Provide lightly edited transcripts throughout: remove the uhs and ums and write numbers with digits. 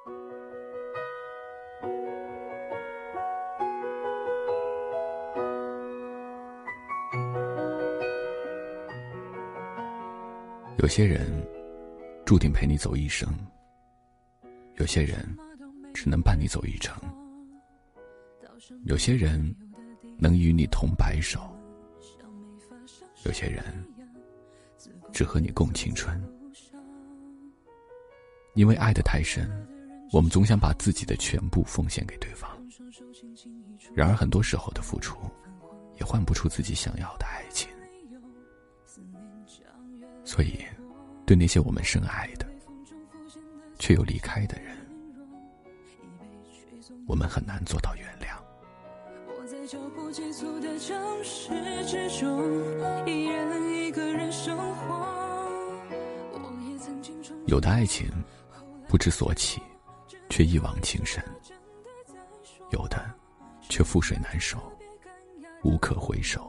有些人注定陪你走一生，有些人只能伴你走一程，有些人能与你同白首，有些人只和你共青春。因为爱得太深，我们总想把自己的全部奉献给对方，然而很多时候的付出也换不出自己想要的爱情。所以对那些我们深爱的却又离开的人，我们很难做到原谅。 我在脚步急促的城市之中，一人一个人生活。 有的爱情不知所起，却一往情深；有的却覆水难收，无可回首。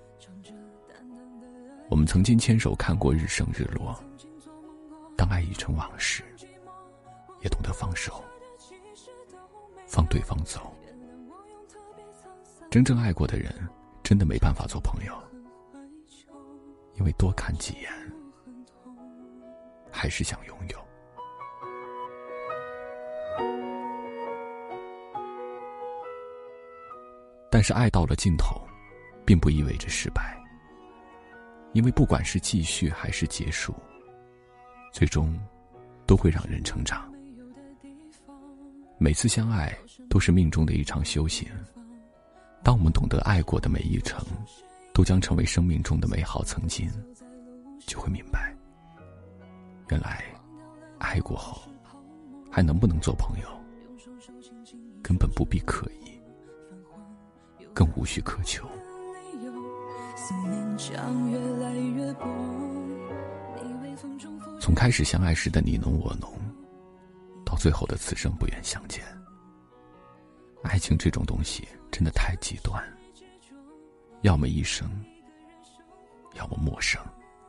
我们曾经牵手看过日升日落，当爱已成往事，也懂得放手，放对方走。真正爱过的人真的没办法做朋友，因为多看几眼还是想拥有。但是爱到了尽头并不意味着失败，因为不管是继续还是结束，最终都会让人成长。每次相爱都是命中的一场修行，当我们懂得爱过的每一程都将成为生命中的美好曾经，就会明白，原来爱过后还能不能做朋友，根本不必刻意，更无需苛求。从开始相爱时的你侬我侬，到最后的此生不愿相见，爱情这种东西真的太极端，要么一生，要么陌生。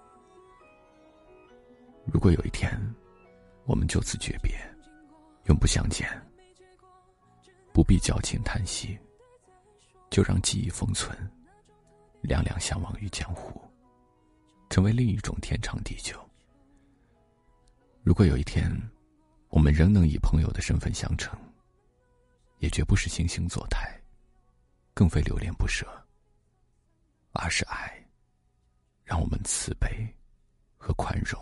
如果有一天我们就此诀别，永不相见，不必矫情叹息，就让记忆封存，两两相忘于江湖，成为另一种天长地久。如果有一天我们仍能以朋友的身份相称，也绝不是惺惺作态，更非留恋不舍，而是爱让我们慈悲和宽容，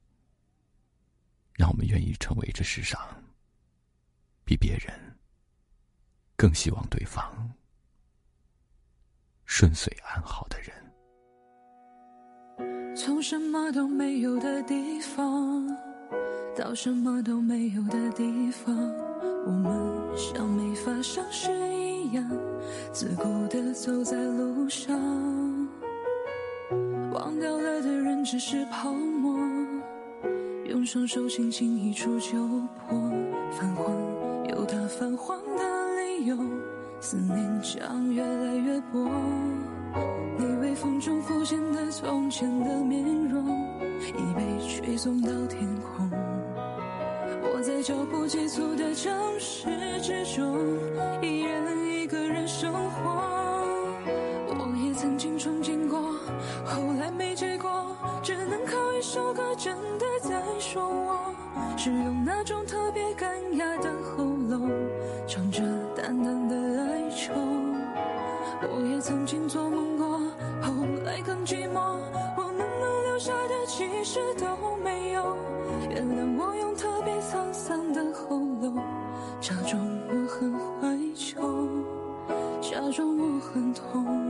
让我们愿意成为这世上比别人更希望对方顺遂安好的人。 从什么都没有的地方到什么都没有的地方，我们像没发生事一样，自顾地走在路上。忘掉了的人只是泡沫，用双手轻轻一触就破。泛黄有它泛黄的理由，思念将越来越薄。你微风中浮现的从前的面容，已被吹送到天空。我在脚步急促的城市之中，一人一个人生活。我也曾经憧憬过，后来没结果，只能靠一首歌真的在说我，是用那种特别干哑的喉咙，唱着淡淡的哀愁。我也曾经做梦过，后来更寂寞，我们能留下的其实都没有。原谅我用特别沧桑的喉咙，假装我很怀旧，假装我很痛。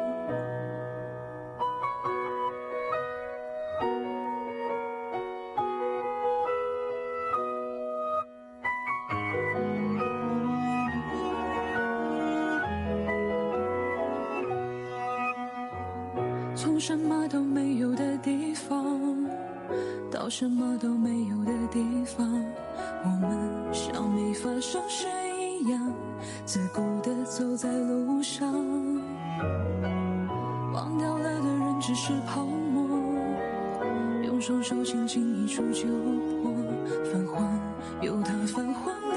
从什么都没有的地方到什么都没有的地方，我们像没发生事一样，自顾地走在路上。忘掉了的人只是泡沫，用双手轻轻一触就破。泛黄有它泛黄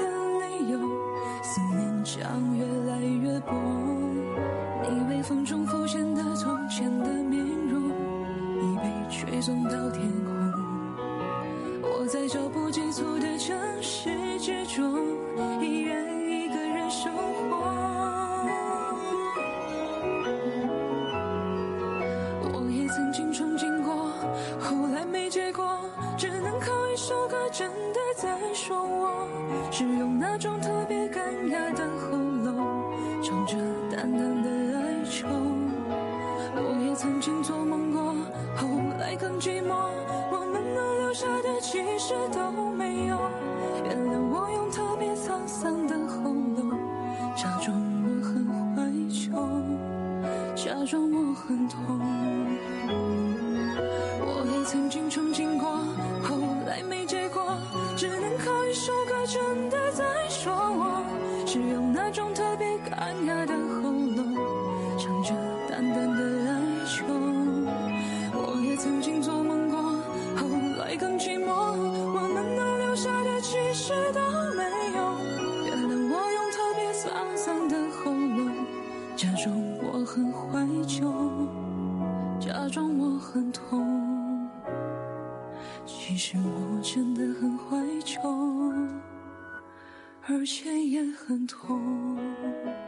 将越来越薄，你微风中浮现的从前的面容，已被吹送到天空。我在脚步急促的城市之中，依然一个人生活。我也曾经憧憬过，后来没结果，只能靠一首歌真的在说我，是用那种特别干哑的喉咙，唱着淡淡的哀愁。我也曾经做梦过，后来更寂寞，我们能留下的其实都没有。原谅我用特别沧桑的喉咙，假装我很怀旧，假装我很痛。我也曾经憧憬过，后来没结果，只能靠一首歌真的在说我，是用那种特别干哑的喉咙，唱着淡淡的哀求。我也曾经做梦过，后来更寂寞，我们能留下的其实都没有。原谅我用特别沧桑的喉咙，假装我很怀旧，假装我很痛。其实我真的很怀旧，而且也很痛。